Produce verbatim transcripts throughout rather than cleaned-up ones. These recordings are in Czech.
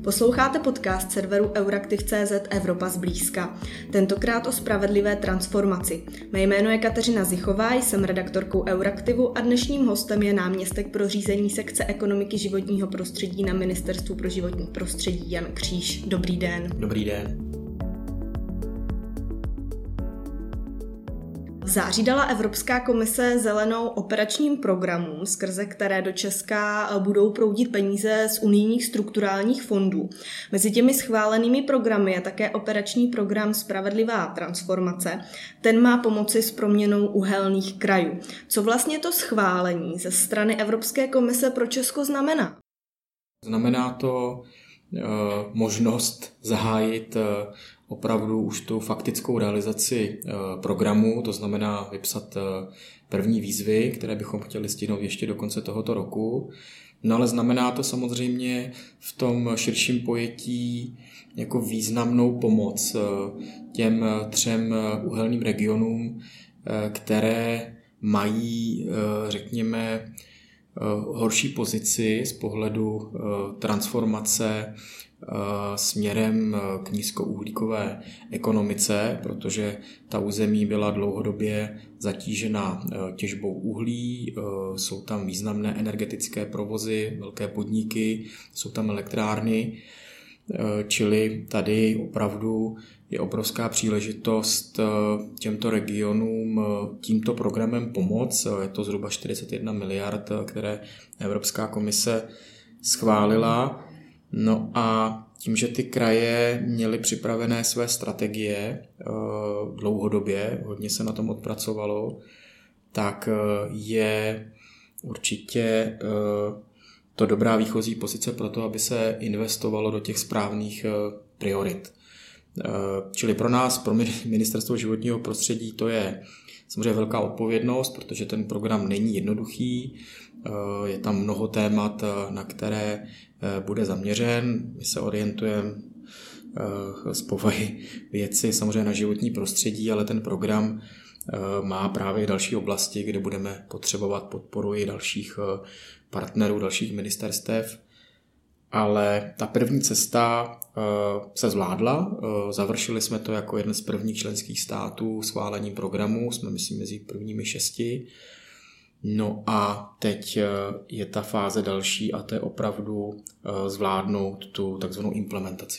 Posloucháte podcast serveru Euraktiv tečka cé zet Evropa zblízka. Tentokrát o spravedlivé transformaci. Mé jméno je Kateřina Zichová, jsem redaktorkou Euraktivu a dnešním hostem je náměstek pro řízení sekce ekonomiky životního prostředí na Ministerstvu pro životní prostředí Jan Kříž. Dobrý den. Dobrý den. V září dala Evropská komise zelenou operačním programům, skrze které do Česka budou proudit peníze z unijních strukturálních fondů. Mezi těmi schválenými programy je také operační program Spravedlivá transformace. Ten má pomoci s proměnou uhelných krajů. Co vlastně to schválení ze strany Evropské komise pro Česko znamená? Znamená to e, možnost zahájit e, opravdu už tu faktickou realizaci programu, to znamená vypsat první výzvy, které bychom chtěli stihnout ještě do konce tohoto roku. No ale znamená to samozřejmě v tom širším pojetí jako významnou pomoc těm třem uhelným regionům, které mají, řekněme, horší pozici z pohledu transformace směrem k nízkouhlíkové ekonomice, protože ta území byla dlouhodobě zatížena těžbou uhlí, jsou tam významné energetické provozy, velké podniky, jsou tam elektrárny, čili tady opravdu je obrovská příležitost těmto regionům tímto programem pomoct. Je to zhruba čtyřicet jedna miliard, které Evropská komise schválila. No a tím, že ty kraje měly připravené své strategie dlouhodobě, hodně se na tom odpracovalo, tak je určitě to dobrá výchozí pozice pro to, aby se investovalo do těch správných priorit. Čili pro nás, pro Ministerstvo životního prostředí, to je samozřejmě velká odpovědnost, protože ten program není jednoduchý, je tam mnoho témat, na které bude zaměřen. My se orientujeme z povahy věci samozřejmě na životní prostředí, ale ten program má právě další oblasti, kde budeme potřebovat podporu i dalších partnerů, dalších ministerstev. Ale ta první cesta se zvládla, završili jsme to jako jeden z prvních členských států schválením programu, jsme myslím mezi prvními šesti. No a teď je ta fáze další a to je opravdu zvládnout tu takzvanou implementaci.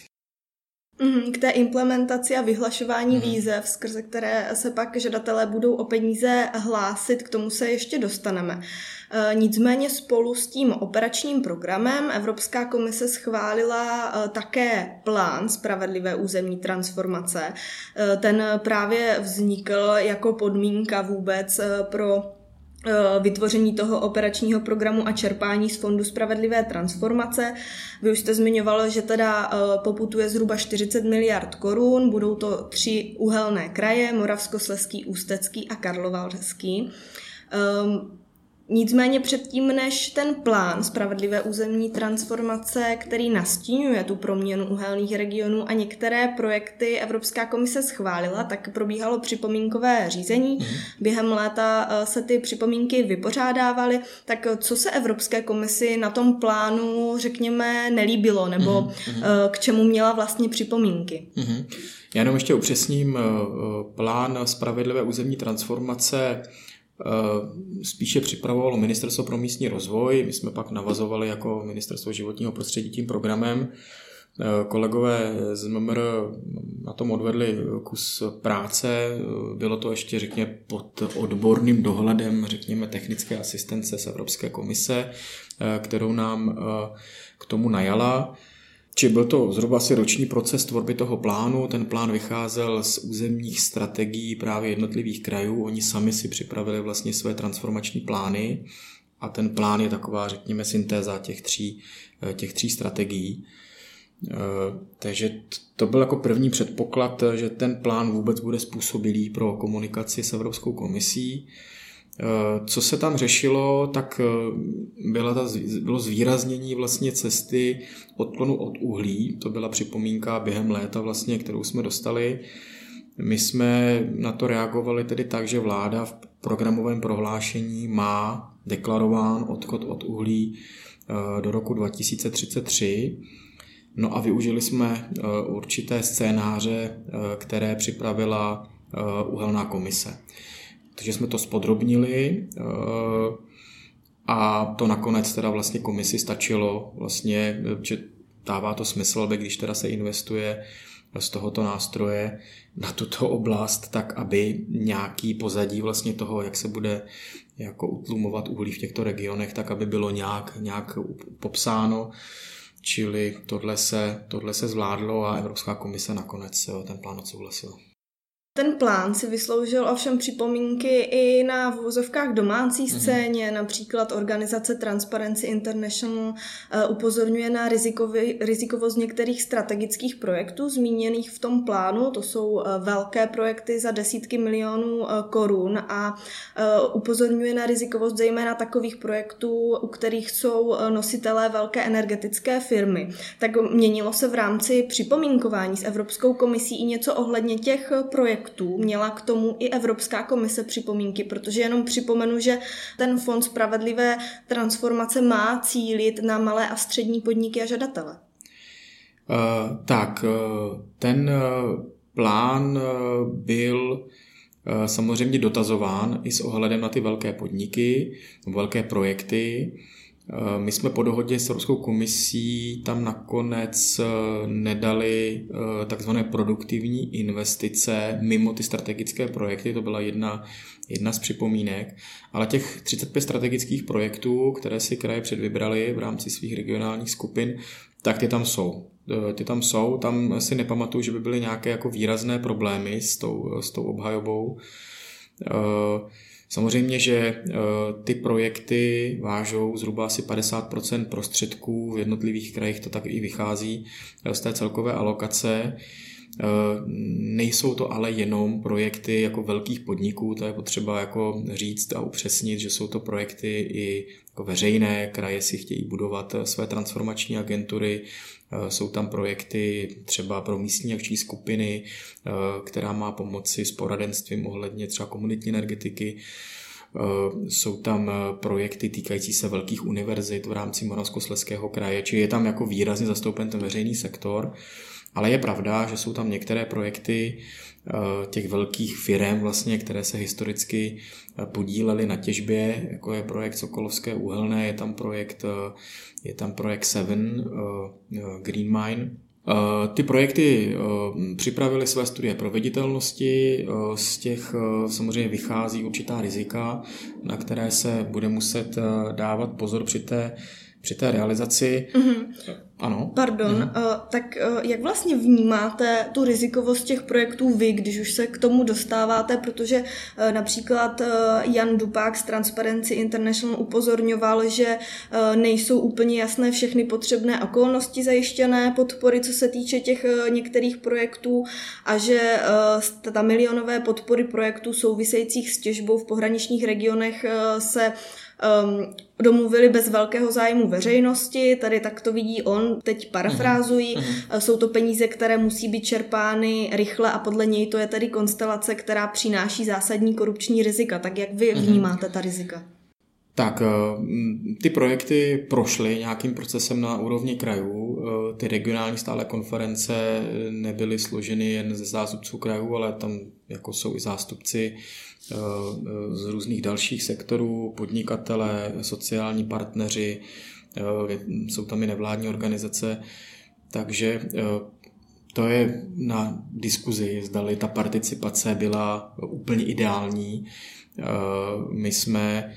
K té implementaci a vyhlašování hmm. výzev, skrze které se pak žadatelé budou o peníze hlásit, k tomu se ještě dostaneme. Nicméně spolu s tím operačním programem Evropská komise schválila také plán spravedlivé územní transformace. Ten právě vznikl jako podmínka vůbec pro vytvoření toho operačního programu a čerpání z Fondu spravedlivé transformace. Vy už jste zmiňoval, že teda poputuje zhruba čtyřicet miliard korun, budou to tři uhelné kraje, Moravskoslezský, Ústecký a Karlovarský. Um, Nicméně předtím, než ten plán spravedlivé územní transformace, který nastíňuje tu proměnu uhelných regionů a některé projekty Evropská komise schválila, tak probíhalo připomínkové řízení. Během léta se ty připomínky vypořádávaly. Tak co se Evropské komisi na tom plánu, řekněme, nelíbilo, nebo k čemu měla vlastně připomínky? Já jenom ještě upřesním, plán spravedlivé územní transformace spíše připravovalo Ministerstvo pro místní rozvoj, my jsme pak navazovali jako Ministerstvo životního prostředí tím programem. Kolegové z M M R na tom odvedli kus práce, bylo to ještě, řekněme, pod odborným dohledem, řekněme, technické asistence z Evropské komise, kterou nám k tomu najala. Či byl to zhruba asi roční proces tvorby toho plánu, ten plán vycházel z územních strategií právě jednotlivých krajů, oni sami si připravili vlastně své transformační plány a ten plán je taková, řekněme, syntéza těch tří, těch tří strategií. Takže to byl jako první předpoklad, že ten plán vůbec bude způsobilý pro komunikaci s Evropskou komisí. Co se tam řešilo, tak byla ta, bylo zvýraznění vlastně cesty odklonu od uhlí. To byla připomínka během léta vlastně, kterou jsme dostali. My jsme na to reagovali tedy tak, že vláda v programovém prohlášení má deklarován odchod od uhlí do roku dva tisíce třicet tři. No a využili jsme určité scénáře, které připravila uhelná komise. Takže jsme to spodrobnili a to nakonec teda vlastně komisi stačilo, vlastně, že dává to smysl, aby když teda se investuje z tohoto nástroje na tuto oblast, tak aby nějaký pozadí vlastně toho, jak se bude jako utlumovat uhlí v těchto regionech, tak aby bylo nějak, nějak popsáno. Čili tohle se, tohle se zvládlo a Evropská komise nakonec ten plán odsouhlasila. Ten plán si vysloužil ovšem připomínky i na v uvozovkách domácí scéně, mm-hmm. například organizace Transparency International upozorňuje na rizikový, rizikovost některých strategických projektů zmíněných v tom plánu, to jsou velké projekty za desítky milionů korun a upozorňuje na rizikovost zejména takových projektů, u kterých jsou nositelé velké energetické firmy. Tak měnilo se v rámci připomínkování s Evropskou komisí i něco ohledně těch projektů. Měla k tomu i Evropská komise připomínky, protože jenom připomenu, že ten Fond spravedlivé transformace má cílit na malé a střední podniky a žadatele. Uh, tak, ten plán byl samozřejmě dotazován i s ohledem na ty velké podniky, velké projekty. My jsme po dohodě s Evropskou komisí tam nakonec nedali takzvané produktivní investice mimo ty strategické projekty, to byla jedna, jedna z připomínek, ale těch třicet pět strategických projektů, které si kraje předvybrali v rámci svých regionálních skupin, tak ty tam jsou. Ty tam jsou, tam si nepamatuju, že by byly nějaké jako výrazné problémy s tou, s tou obhajobou. Samozřejmě, že ty projekty vážou zhruba asi padesát procent prostředků, v jednotlivých krajích to tak i vychází z té celkové alokace. Nejsou to ale jenom projekty jako velkých podniků, to je potřeba jako říct a upřesnit, že jsou to projekty i jako veřejné, kraje si chtějí budovat své transformační agentury, jsou tam projekty třeba pro místní akční skupiny, která má pomoci s poradenstvím ohledně třeba komunitní energetiky. Jsou tam projekty týkající se velkých univerzit v rámci Moravskoslezského kraje, či je tam jako výrazně zastoupen ten veřejný sektor. Ale je pravda, že jsou tam některé projekty těch velkých firem, vlastně, které se historicky podílely na těžbě, jako je projekt Sokolovské uhelné, je tam projekt, je tam projekt Seven, Green Mine. Ty projekty připravily své studie proveditelnosti, z těch samozřejmě vychází určitá rizika, na které se bude muset dávat pozor při té Při té realizaci. Mm-hmm. Ano. Pardon, mm-hmm. uh, tak uh, jak vlastně vnímáte tu rizikovost těch projektů vy, když už se k tomu dostáváte, protože uh, například uh, Jan Dupák z Transparency International upozorňoval, že uh, nejsou úplně jasné všechny potřebné okolnosti zajištěné podpory, co se týče těch uh, některých projektů a že uh, ta milionové podpory projektů souvisejících s těžbou v pohraničních regionech uh, se Um, domluvili bez velkého zájmu veřejnosti, tady tak to vidí on, teď parafrázují, uh-huh. Jsou to peníze, které musí být čerpány rychle a podle něj to je tedy konstelace, která přináší zásadní korupční rizika. Tak jak vy vnímáte ta rizika? Tak, ty projekty prošly nějakým procesem na úrovni krajů. Ty regionální stále konference nebyly složeny jen ze zástupců krajů, ale tam jako jsou i zástupci z různých dalších sektorů, podnikatelé, sociální partneři, jsou tam i nevládní organizace, takže to je na diskuzi, zdali ta participace byla úplně ideální. My jsme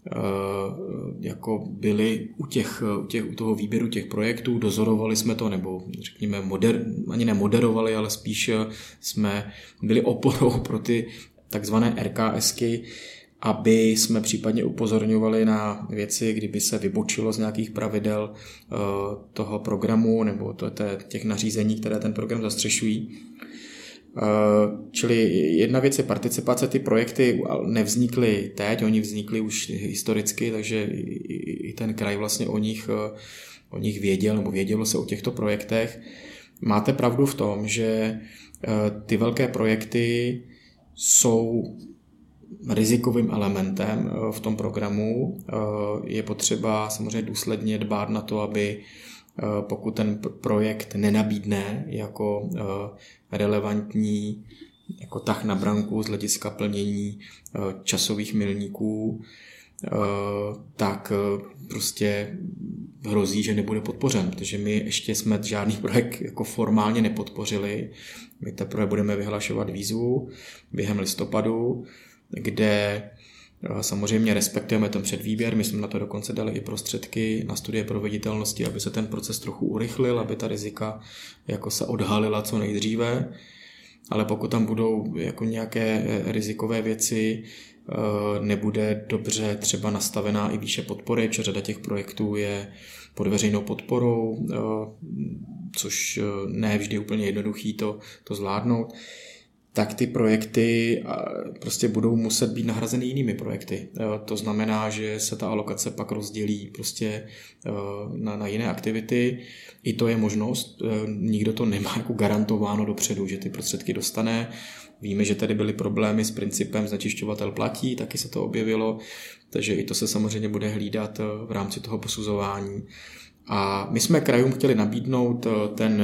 jako byli u, těch, u, těch, u toho výběru těch projektů, dozorovali jsme to, nebo řekněme, moder, ani nemoderovali, ale spíš jsme byli oporou pro ty takzvané er ká esky, aby jsme případně upozorňovali na věci, kdyby se vybočilo z nějakých pravidel toho programu nebo těch nařízení, které ten program zastřešují. Čili jedna věc je participace, ty projekty nevznikly teď, oni vznikly už historicky, takže i ten kraj vlastně o nich, o nich věděl, nebo vědělo se o těchto projektech. Máte pravdu v tom, že ty velké projekty jsou rizikovým elementem v tom programu. Je potřeba samozřejmě důsledně dbát na to, aby pokud ten projekt nenabídne jako relevantní jako tah na branku z hlediska plnění časových milníků, tak prostě hrozí, že nebude podpořen, protože my ještě jsme žádný projekt jako formálně nepodpořili. My teprve budeme vyhlašovat výzvu během listopadu, kde samozřejmě respektujeme ten předvýběr, my jsme na to dokonce dali i prostředky na studie proveditelnosti, aby se ten proces trochu urychlil, aby ta rizika jako se odhalila co nejdříve, ale pokud tam budou jako nějaké rizikové věci, nebude dobře třeba nastavená i výše podpory, protože řada těch projektů je pod veřejnou podporou, což ne vždy úplně jednoduchý to, to zvládnout, tak ty projekty prostě budou muset být nahrazeny jinými projekty. To znamená, že se ta alokace pak rozdělí prostě na, na jiné aktivity. I to je možnost, nikdo to nemá jako garantováno dopředu, že ty prostředky dostane. Víme, že tady byly problémy s principem znečišťovatel platí, taky se to objevilo, takže i to se samozřejmě bude hlídat v rámci toho posuzování. A my jsme krajům chtěli nabídnout ten,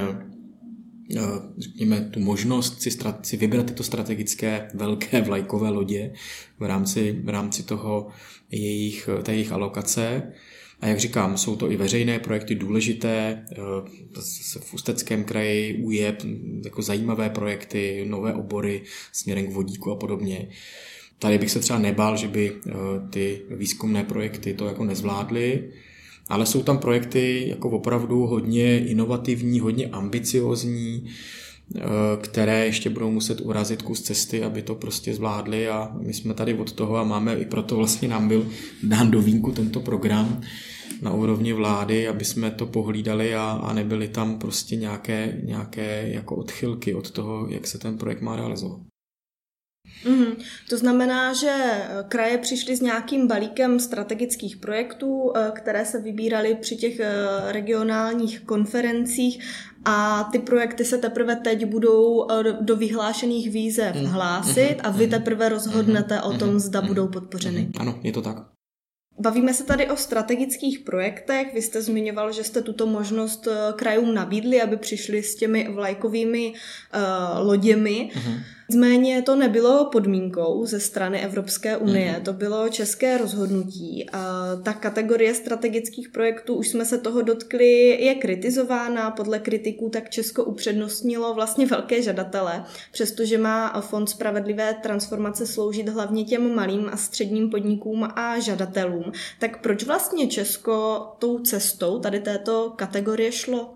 řekněme, tu možnost si, strat, si vybrat tyto strategické velké vlajkové lodě v rámci, v rámci toho jejich, té jejich alokace. A jak říkám, jsou to i veřejné projekty důležité, v Ústeckém kraji U J E P, jako zajímavé projekty, nové obory směrem k vodíku a podobně. Tady bych se třeba nebál, že by ty výzkumné projekty to jako nezvládly, ale jsou tam projekty jako opravdu hodně inovativní, hodně ambiciozní, které ještě budou muset urazit kus cesty, aby to prostě zvládli, a my jsme tady od toho a máme i proto vlastně nám byl dán do vínku tento program na úrovni vlády, aby jsme to pohlídali a, a nebyly tam prostě nějaké, nějaké jako odchylky od toho, jak se ten projekt má realizovat. Mm, to znamená, že kraje přišly s nějakým balíkem strategických projektů, které se vybíraly při těch regionálních konferencích, a ty projekty se teprve teď budou do vyhlášených výzev hlásit a vy teprve rozhodnete o tom, zda budou podpořeny. Ano, je to tak. Bavíme se tady o strategických projektech. Vy jste zmiňoval, že jste tuto možnost krajům nabídli, aby přišli s těmi vlajkovými uh, loděmi. Uh-huh. Nicméně to nebylo podmínkou ze strany Evropské unie, uh-huh. to bylo české rozhodnutí. A ta kategorie strategických projektů, už jsme se toho dotkli, je kritizována. Podle kritiků tak Česko upřednostnilo vlastně velké žadatele, přestože má Fond spravedlivé transformace sloužit hlavně těm malým a středním podnikům a žadatelům. Tak proč vlastně Česko tou cestou tady této kategorie šlo?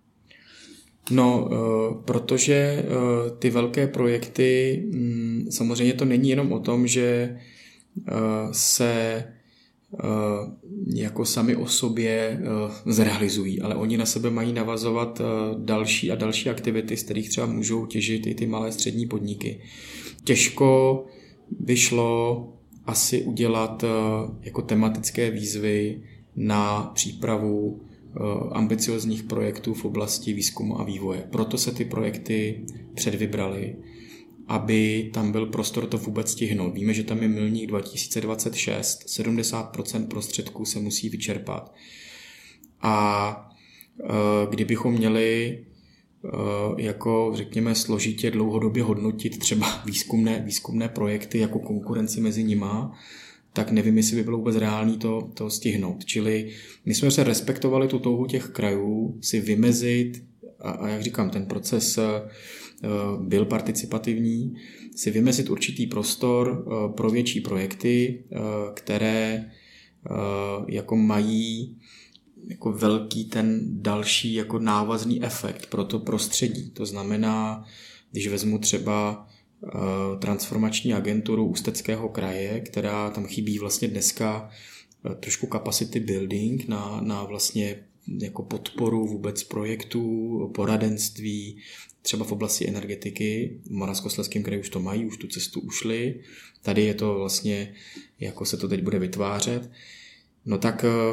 No, protože ty velké projekty, samozřejmě to není jenom o tom, že se jako sami o sobě zrealizují, ale oni na sebe mají navazovat další a další aktivity, z kterých třeba můžou těžit i ty malé střední podniky. Těžko vyšlo asi udělat jako tematické výzvy na přípravu ambiciozních projektů v oblasti výzkumu a vývoje. Proto se ty projekty předvybraly, aby tam byl prostor to vůbec stihnout. Víme, že tam je milník dva tisíce dvacet šest, sedmdesát procent prostředků se musí vyčerpat. A kdybychom měli jako, řekněme, složitě dlouhodobě hodnotit třeba výzkumné, výzkumné projekty jako konkurenci mezi nima, tak nevím, jestli by bylo vůbec reálný to, to stihnout. Čili my jsme se respektovali tu touhu těch krajů si vymezit, a, a jak říkám, ten proces byl participativní, si vymezit určitý prostor pro větší projekty, které jako mají jako velký ten další jako návazný efekt pro to prostředí. To znamená, když vezmu třeba transformační agenturu Ústeckého kraje, která tam chybí vlastně dneska trošku capacity building na, na vlastně jako podporu vůbec projektů, poradenství, třeba v oblasti energetiky. V Moravskoslezském kraji už to mají, už tu cestu ušli. Tady je to vlastně, jako se to teď bude vytvářet. No tak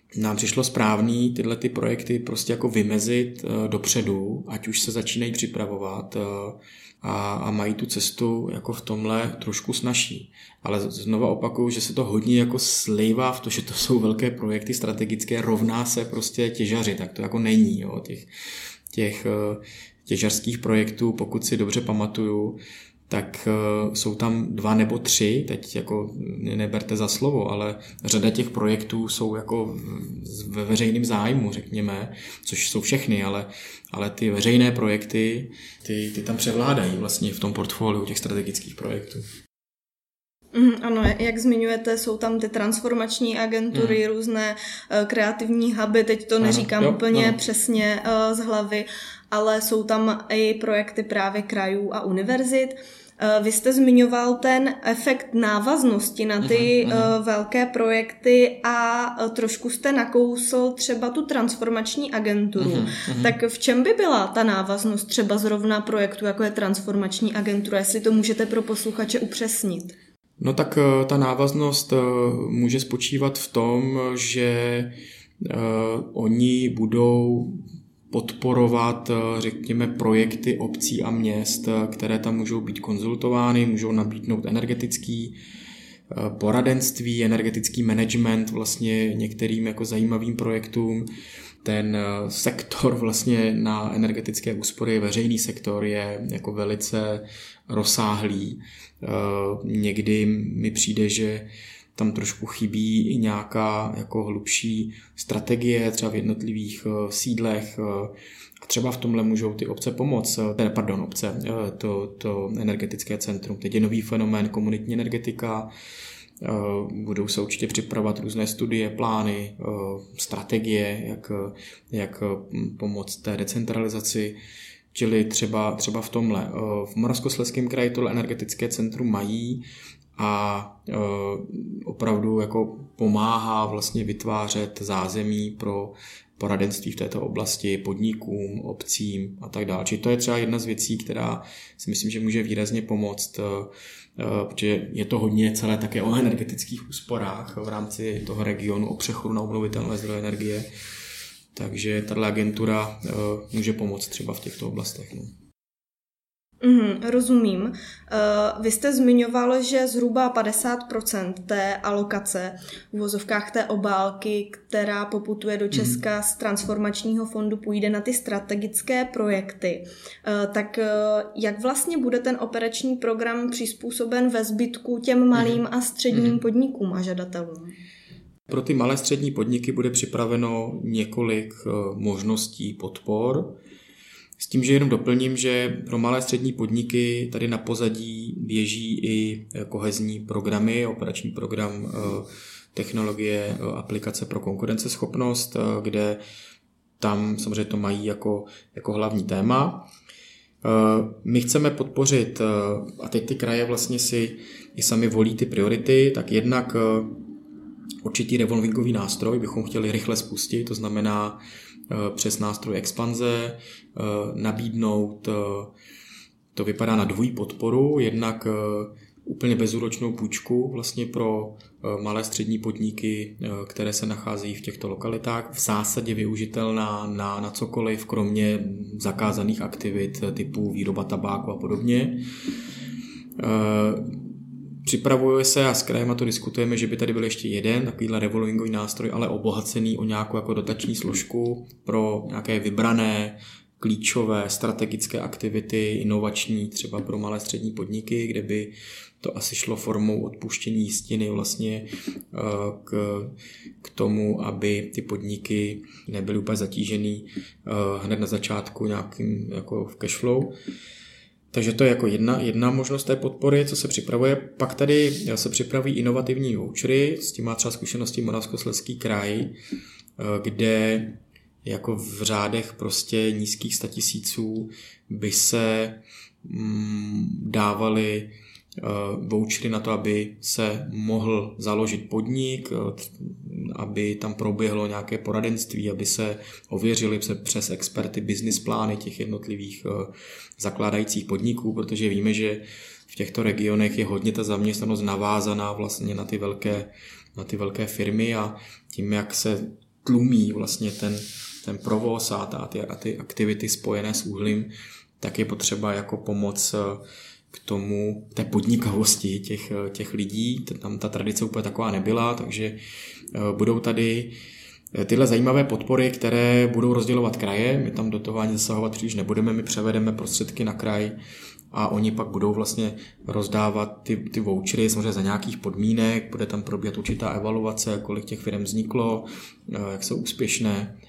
nám přišlo správný tyhle ty projekty prostě jako vymezit dopředu, ať už se začínají připravovat a, a mají tu cestu jako v tomhle trošku snazší. Ale znova opakuju, že se to hodně jako slívá v to, že to jsou velké projekty strategické, rovná se prostě těžaři, tak to jako není, jo, těch, těch těžařských projektů, pokud si dobře pamatuju, tak uh, jsou tam dva nebo tři, teď jako neberte za slovo, ale řada těch projektů jsou jako ve veřejném zájmu, řekněme, což jsou všechny, ale, ale ty veřejné projekty, ty, ty tam převládají vlastně v tom portfoliu těch strategických projektů. Mm, ano, jak zmiňujete, jsou tam ty transformační agentury, mm. různé uh, kreativní huby, teď to ano, neříkám jo, úplně ano. přesně uh, z hlavy, ale jsou tam i projekty právě krajů a univerzit. Uh, vy jste zmiňoval ten efekt návaznosti na ty uh, uh, velké projekty a uh, trošku jste nakousl třeba tu transformační agenturu. Uh, uh, tak v čem by byla ta návaznost třeba zrovna projektu, jako je transformační agentura, jestli to můžete pro posluchače upřesnit? No tak ta návaznost může spočívat v tom, že oni budou podporovat, řekněme, projekty obcí a měst, které tam můžou být konzultovány, můžou nabídnout energetický poradenství, energetický management vlastně některým jako zajímavým projektům. Ten sektor vlastně na energetické úspory, veřejný sektor, je jako velice rozsáhlý. Někdy mi přijde, že tam trošku chybí i nějaká jako hlubší strategie, třeba v jednotlivých sídlech. A třeba v tomhle můžou ty obce pomoct, pardon, obce, to, to energetické centrum. Teď je nový fenomén komunitní energetika, budou se určitě připravovat různé studie, plány, strategie, jak, jak pomoct té decentralizaci, čili třeba, třeba v tomhle. V Moravskoslezském kraji tohle energetické centrum mají a opravdu jako pomáhá vlastně vytvářet zázemí pro poradenství v této oblasti podnikům, obcím a tak dále. Čili to je třeba jedna z věcí, která si myslím, že může výrazně pomoct, protože je to hodně celé také o energetických úsporách v rámci toho regionu, o přechodu na obnovitelné zdroje energie. Takže tato agentura může pomoct třeba v těchto oblastech. No. Mm, rozumím. Uh, vy jste zmiňoval, že zhruba padesát procent té alokace v uvozovkách té obálky, která poputuje do Česka mm. z transformačního fondu, půjde na ty strategické projekty. Uh, tak uh, jak vlastně bude ten operační program přizpůsoben ve zbytku těm malým mm. a středním mm. podnikům a žadatelům? Pro ty malé střední podniky bude připraveno několik uh, možností podpor. S tím, že jenom doplním, že pro malé střední podniky tady na pozadí běží i kohezní programy, operační program technologie aplikace pro konkurenceschopnost, kde tam samozřejmě to mají jako, jako hlavní téma. My chceme podpořit, a teď ty kraje vlastně si i sami volí ty priority, tak jednak určitý revolvingový nástroj bychom chtěli rychle spustit, to znamená přes nástroj expanze nabídnout, to vypadá na dvojí podporu, jednak úplně bezúročnou půjčku vlastně pro malé střední podniky, které se nacházejí v těchto lokalitách, v zásadě využitelná na, na cokoliv, kromě zakázaných aktivit typu výroba tabáku a podobně. Připravuje se a s krajem to diskutujeme, že by tady byl ještě jeden takovýhle revolvingový nástroj, ale obohacený o nějakou jako dotační složku pro nějaké vybrané klíčové strategické aktivity, inovační, třeba pro malé střední podniky, kde by to asi šlo formou odpuštění jistiny vlastně k, k tomu, aby ty podniky nebyly úplně zatížený hned na začátku nějakým jako v cashflow. Takže to je jako jedna, jedna možnost té podpory, co se připravuje. Pak tady se připraví inovativní vouchery, s tím má třeba zkušenosti Moravskoslezský kraj, kde jako v řádech prostě nízkých statisíců by se dávaly vouchery na to, aby se mohl založit podnik, aby tam proběhlo nějaké poradenství, aby se ověřili přes experty business plány těch jednotlivých zakládajících podniků, protože víme, že v těchto regionech je hodně ta zaměstnanost navázaná vlastně na ty velké, na ty velké firmy a tím, jak se tlumí vlastně ten, ten provoz a, ta, a ty aktivity spojené s uhlím, tak je potřeba jako pomoc k tomu, té podnikavosti těch, těch lidí. Tam ta tradice úplně taková nebyla, takže budou tady tyhle zajímavé podpory, které budou rozdělovat kraje. My tam do toho ani zasahovat příliš nebudeme, my převedeme prostředky na kraj a oni pak budou vlastně rozdávat ty, ty vouchery samozřejmě za nějakých podmínek, bude tam probíhat určitá evaluace, kolik těch firm vzniklo, jak jsou úspěšné.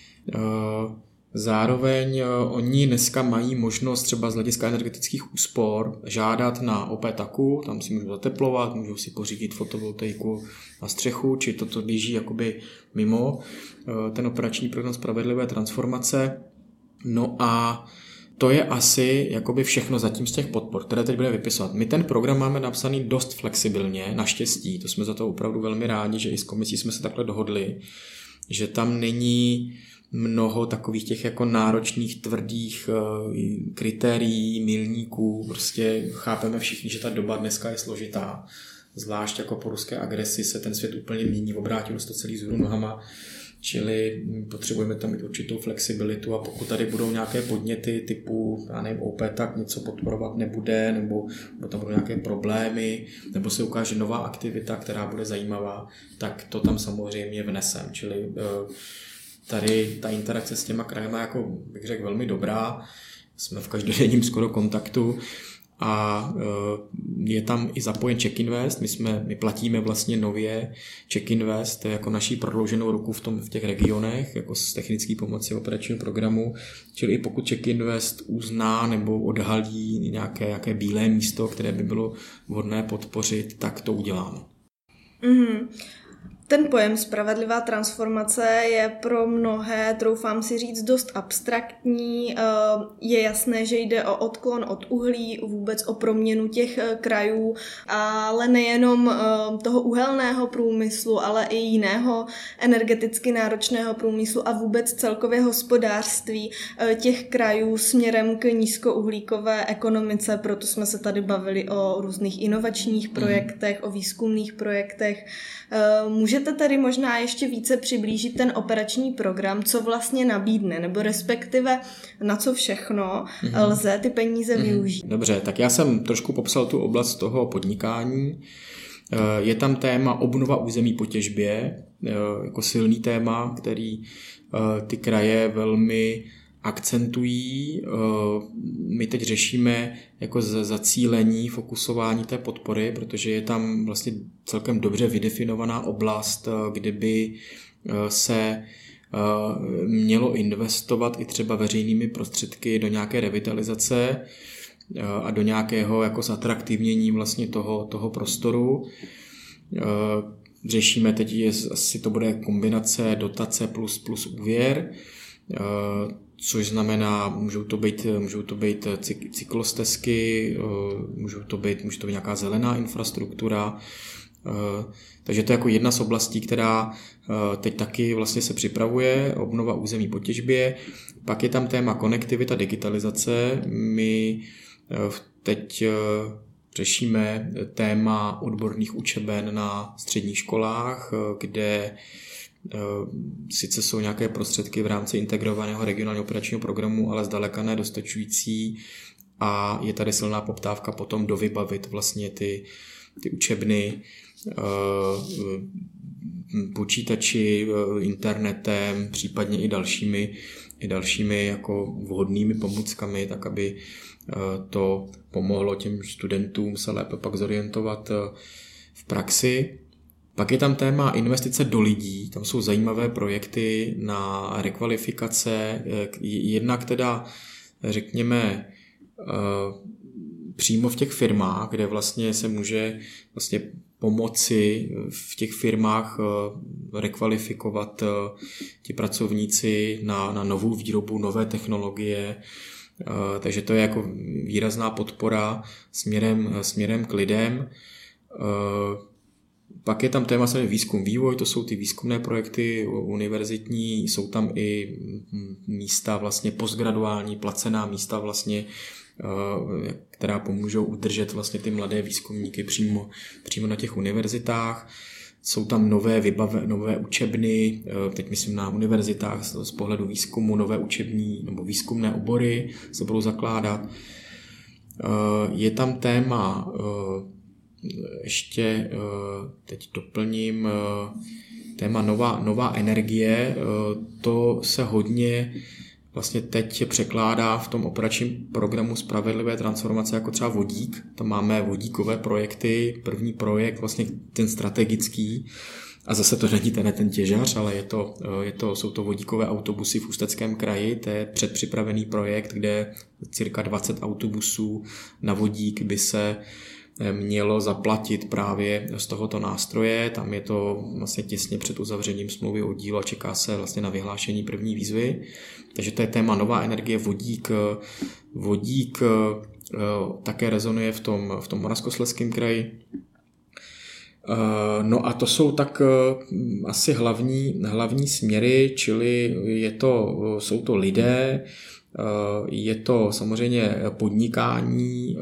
Zároveň oni dneska mají možnost třeba z hlediska energetických úspor žádat na O P T A K u, tam si můžou zateplovat, můžou si pořídit fotovoltaiku na střechu, či toto běží jakoby mimo ten operační program spravedlivé transformace. No a to je asi jakoby všechno zatím z těch podpor, které teď budeme vypisovat. My ten program máme napsaný dost flexibilně, naštěstí, to jsme za to opravdu velmi rádi, že i s komisí jsme se takhle dohodli, že tam není mnoho takových těch jako náročných, tvrdých kritérií, milníků. Prostě chápeme všichni, že ta doba dneska je složitá. Zvlášť jako po ruské agresi se ten svět úplně mění, obrátil se to celý vzhůru nohama, čili potřebujeme tam mít určitou flexibilitu a pokud tady budou nějaké podněty typu, já nevím, O P T A K něco podporovat nebude, nebo, nebo tam budou nějaké problémy, nebo se ukáže nová aktivita, která bude zajímavá, tak to tam samozřejmě vnesem, čili tady ta interakce s těma krajema, jako bych řekl, velmi dobrá. Jsme v každodenním skoro kontaktu a je tam i zapojen Czech Invest. My, jsme, my platíme vlastně nově Czech Invest, to je jako naší prodlouženou ruku v, tom, v těch regionech, jako z technické pomoci operačního programu. Čili i pokud Czech Invest uzná nebo odhalí nějaké, nějaké bílé místo, které by bylo vhodné podpořit, tak to uděláme. Mm-hmm. Ten pojem spravedlivá transformace je pro mnohé, troufám si říct, dost abstraktní. Je jasné, že jde o odklon od uhlí, vůbec o proměnu těch krajů, ale nejenom toho uhelného průmyslu, ale i jiného energeticky náročného průmyslu a vůbec celkově hospodářství těch krajů směrem k nízkouhlíkové ekonomice. Proto jsme se tady bavili o různých inovačních projektech, o výzkumných projektech. Můžete tady možná ještě více přiblížit ten operační program, co vlastně nabídne, nebo respektive na co všechno mm-hmm. lze ty peníze mm-hmm. využít? Dobře, tak já jsem trošku popsal tu oblast toho podnikání. Je tam téma obnova území po těžbě, jako silný téma, který ty kraje velmi akcentují. My teď řešíme jako zacílení, fokusování té podpory, protože je tam vlastně celkem dobře vydefinovaná oblast, kde by se mělo investovat i třeba veřejnými prostředky do nějaké revitalizace a do nějakého jako zatraktivnění vlastně toho, toho prostoru. Řešíme teď, je, asi to bude kombinace dotace plus, plus úvěr, což znamená, můžou to být, můžou to být cyklostezky, můžou to být, může to být nějaká zelená infrastruktura. Takže to je jako jedna z oblastí, která teď taky vlastně se připravuje, obnova území po těžbě. Pak je tam téma konektivita, digitalizace. My teď řešíme téma odborných učeben na středních školách, kde sice jsou nějaké prostředky v rámci integrovaného regionálního operačního programu, ale zdaleka ne dostačující a je tady silná poptávka potom dovybavit vlastně ty, ty učebny počítači, internetem, případně i dalšími, i dalšími jako vhodnými pomůckami, tak aby to pomohlo těm studentům se lépe pak zorientovat v praxi. Pak je tam téma investice do lidí, tam jsou zajímavé projekty na rekvalifikace, jednak teda řekněme přímo v těch firmách, kde vlastně se může vlastně pomoci v těch firmách rekvalifikovat ti pracovníci na, na novou výrobu, nové technologie, takže to je jako výrazná podpora směrem, směrem k lidem. Pak je tam téma samozřejmě výzkum, vývoj, to jsou ty výzkumné projekty univerzitní, jsou tam i místa vlastně postgraduální, placená místa vlastně, která pomůžou udržet vlastně ty mladé výzkumníky přímo, přímo na těch univerzitách. jsou tam nové vybave, nové učebny, teď myslím na univerzitách z pohledu výzkumu, nové učební nebo výzkumné obory se budou zakládat. Je tam téma, ještě teď doplním, téma nová, nová energie, to se hodně vlastně teď překládá v tom operačním programu Spravedlivé transformace jako třeba vodík. Tam máme vodíkové projekty, první projekt, vlastně ten strategický, a zase to není ten, ten těžař, ale je to, je to, jsou to vodíkové autobusy v Ústeckém kraji, to je předpřipravený projekt, kde cirka dvacet autobusů na vodík by se mělo zaplatit právě z tohoto nástroje. Tam je to vlastně těsně před uzavřením smlouvy o dílo a čeká se vlastně na vyhlášení první výzvy. Takže to je téma nová energie, vodík. Vodík také rezonuje v tom, v tom Moravskoslezském kraji. No a to jsou tak asi hlavní, hlavní směry, čili je to, jsou to lidé, je to samozřejmě podnikání,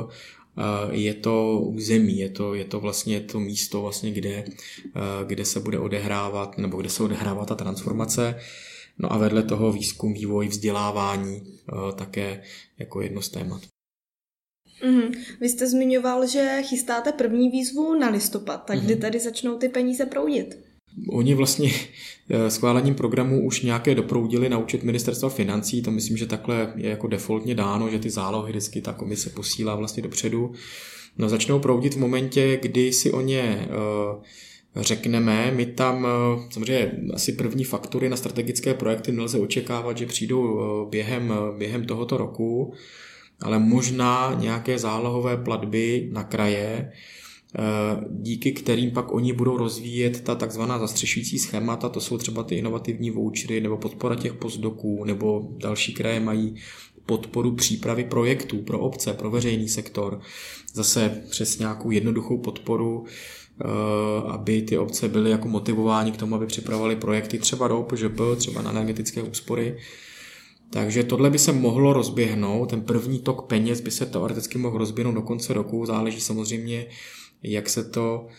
je to území, je to, je to vlastně to místo, vlastně, kde, kde se bude odehrávat, nebo kde se odehrává ta transformace. No a vedle toho výzkum, vývoj, vzdělávání také jako jedno z témat. Mm, vy jste zmiňoval, že chystáte první výzvu na listopad, tak mm. kdy tady začnou ty peníze proudit? Oni vlastně schválením programu už nějaké doproudili na účet ministerstva financí, to myslím, že takhle je jako defaultně dáno, že ty zálohy vždycky ta komise posílá vlastně dopředu. No začnou proudit v momentě, kdy si o ně uh, řekneme, my tam uh, samozřejmě asi první faktury na strategické projekty nelze očekávat, že přijdou uh, během, uh, během tohoto roku, ale možná nějaké zálohové platby na kraje, díky kterým pak oni budou rozvíjet ta takzvaná zastřešující schémata, to jsou třeba ty inovativní vouchery nebo podpora těch postdoků, nebo další kraje mají podporu přípravy projektů pro obce, pro veřejný sektor, zase přes nějakou jednoduchou podporu, aby ty obce byly jako motivovány k tomu, aby připravovaly projekty třeba do O P Ž P, třeba na energetické úspory. Takže tohle by se mohlo rozběhnout, ten první tok peněz by se teoreticky mohl rozběhnout do konce roku, záleží samozřejmě, jak se to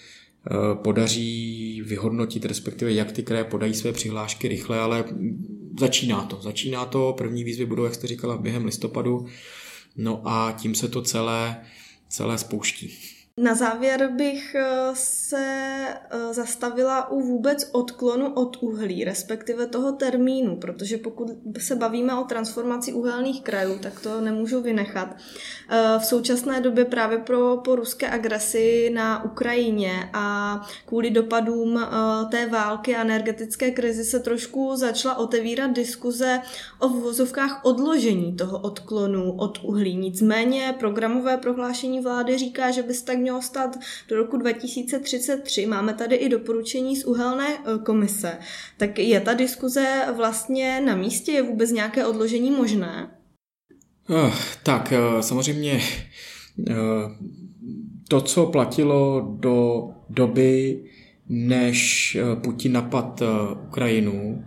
podaří vyhodnotit, respektive jak ty kraje podají své přihlášky rychle, ale začíná to, začíná to, první výzvy budou, jak jste říkala, během listopadu, no a tím se to celé, celé spouští. Na závěr bych se zastavila u vůbec odklonu od uhlí, respektive toho termínu, protože pokud se bavíme o transformaci uhelných krajů, tak to nemůžu vynechat. V současné době právě pro, po ruské agresi na Ukrajině a kvůli dopadům té války a energetické krizi se trošku začala otevírat diskuze o v vozovkách odložení toho odklonu od uhlí. Nicméně programové prohlášení vlády říká, že by se tak mělo stát do roku dva tisíce třicet tři. Máme tady i doporučení z uhelné komise. Tak je ta diskuze vlastně na místě? Je vůbec nějaké odložení možné? Uh, tak uh, samozřejmě uh, to, co platilo do doby, než uh, Putin napad uh, Ukrajinu,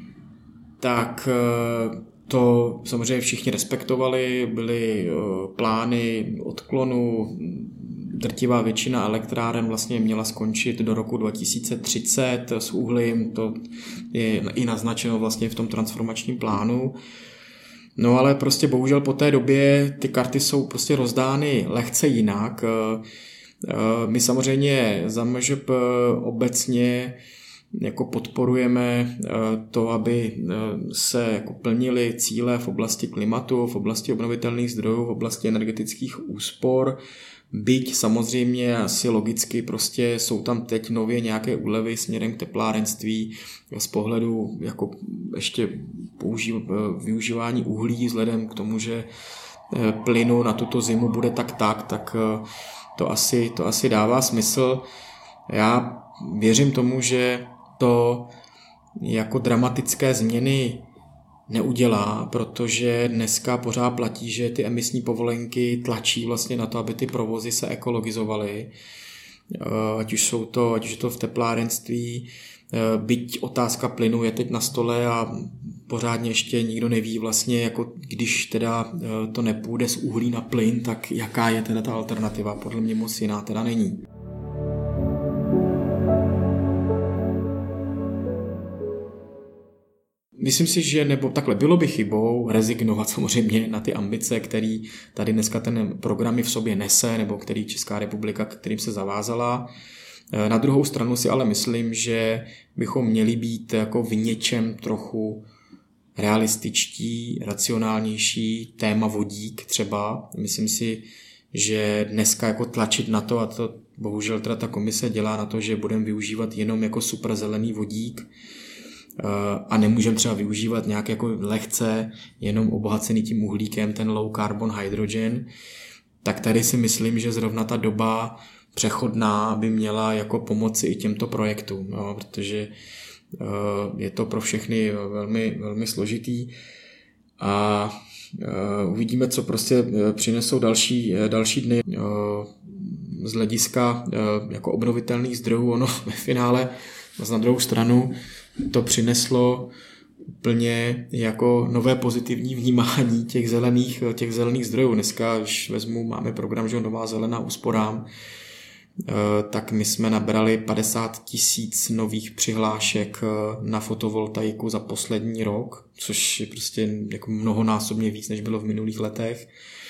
tak uh, to samozřejmě všichni respektovali, byly uh, plány odklonu, drtivá většina elektráren vlastně měla skončit do roku dva tisíce třicet s uhlím, to je i naznačeno vlastně v tom transformačním plánu. No ale prostě bohužel po té době ty karty jsou prostě rozdány lehce jinak. My samozřejmě za M Ž P obecně jako podporujeme to, aby se jako plnily cíle v oblasti klimatu, v oblasti obnovitelných zdrojů, v oblasti energetických úspor. Byť samozřejmě asi logicky prostě jsou tam teď nově nějaké úlevy směrem k teplárenství z pohledu jako ještě použív, využívání uhlí vzhledem k tomu, že plynu na tuto zimu bude tak tak, tak to asi, to asi dává smysl. Já věřím tomu, že to jako dramatické změny neudělá, protože dneska pořád platí, že ty emisní povolenky tlačí vlastně na to, aby ty provozy se ekologizovaly, ať už jsou to, ať už je to v teplárenství, byť otázka plynu je teď na stole a pořádně ještě nikdo neví vlastně, jako když teda to nepůjde z uhlí na plyn, tak jaká je teda ta alternativa, podle mě moc jiná teda není. myslím si, že nebo takhle bylo by chybou rezignovat samozřejmě na ty ambice, které tady dneska ten program v sobě nese, nebo který Česká republika, kterým se zavázala. Na druhou stranu si ale myslím, že bychom měli být jako v něčem trochu realističtí, racionálnější, téma vodík třeba. Myslím si, že dneska jako tlačit na to, a to bohužel teda ta komise dělá na to, že budeme využívat jenom jako super zelený vodík a nemůžeme třeba využívat nějak jako lehce jenom obohacený tím uhlíkem, ten low carbon hydrogen, tak tady si myslím, že zrovna ta doba přechodná by měla jako pomoci i těmto projektům, no, protože je to pro všechny velmi, velmi složitý a uvidíme, co prostě přinesou další, další dny z hlediska jako obnovitelných zdrojů. Ono ve finále na druhou stranu to přineslo úplně jako nové pozitivní vnímání těch zelených, těch zelených zdrojů. Dneska, když vezmu, máme program, že Nová zelená úsporám, tak my jsme nabrali padesát tisíc nových přihlášek na fotovoltaiku za poslední rok, což je prostě jako mnohonásobně víc, než bylo v minulých letech.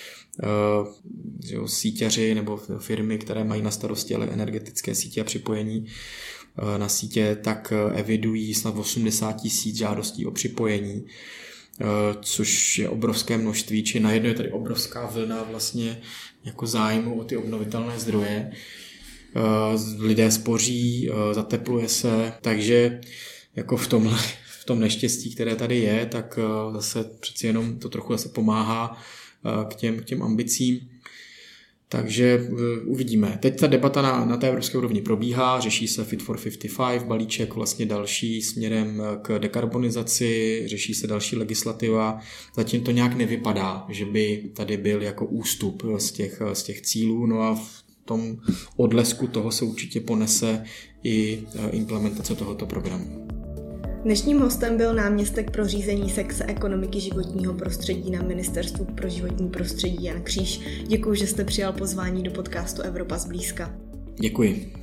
Síťaři nebo firmy, které mají na starosti energetické sítě a připojení na sítě, tak evidují snad osmdesát tisíc žádostí o připojení, což je obrovské množství, či najednou je tady obrovská vlna vlastně jako zájmu o ty obnovitelné zdroje. Lidé spoří, zatepluje se, takže jako v tomhle, v tom neštěstí, které tady je, tak zase přeci jenom to trochu zase pomáhá k těm, k těm ambicím. Takže uvidíme. Teď ta debata na, na té evropské úrovni probíhá, řeší se Fit for padesát pět, balíček vlastně další směrem k dekarbonizaci, řeší se další legislativa. Zatím to nějak nevypadá, že by tady byl jako ústup z těch, z těch cílů, no a v tom odlesku toho se určitě ponese i implementace tohoto programu. Dnešním hostem byl náměstek pro řízení sekce ekonomiky životního prostředí na Ministerstvu pro životní prostředí Jan Kříž. Děkuji, že jste přijal pozvání do podcastu Evropa zblízka. Děkuji.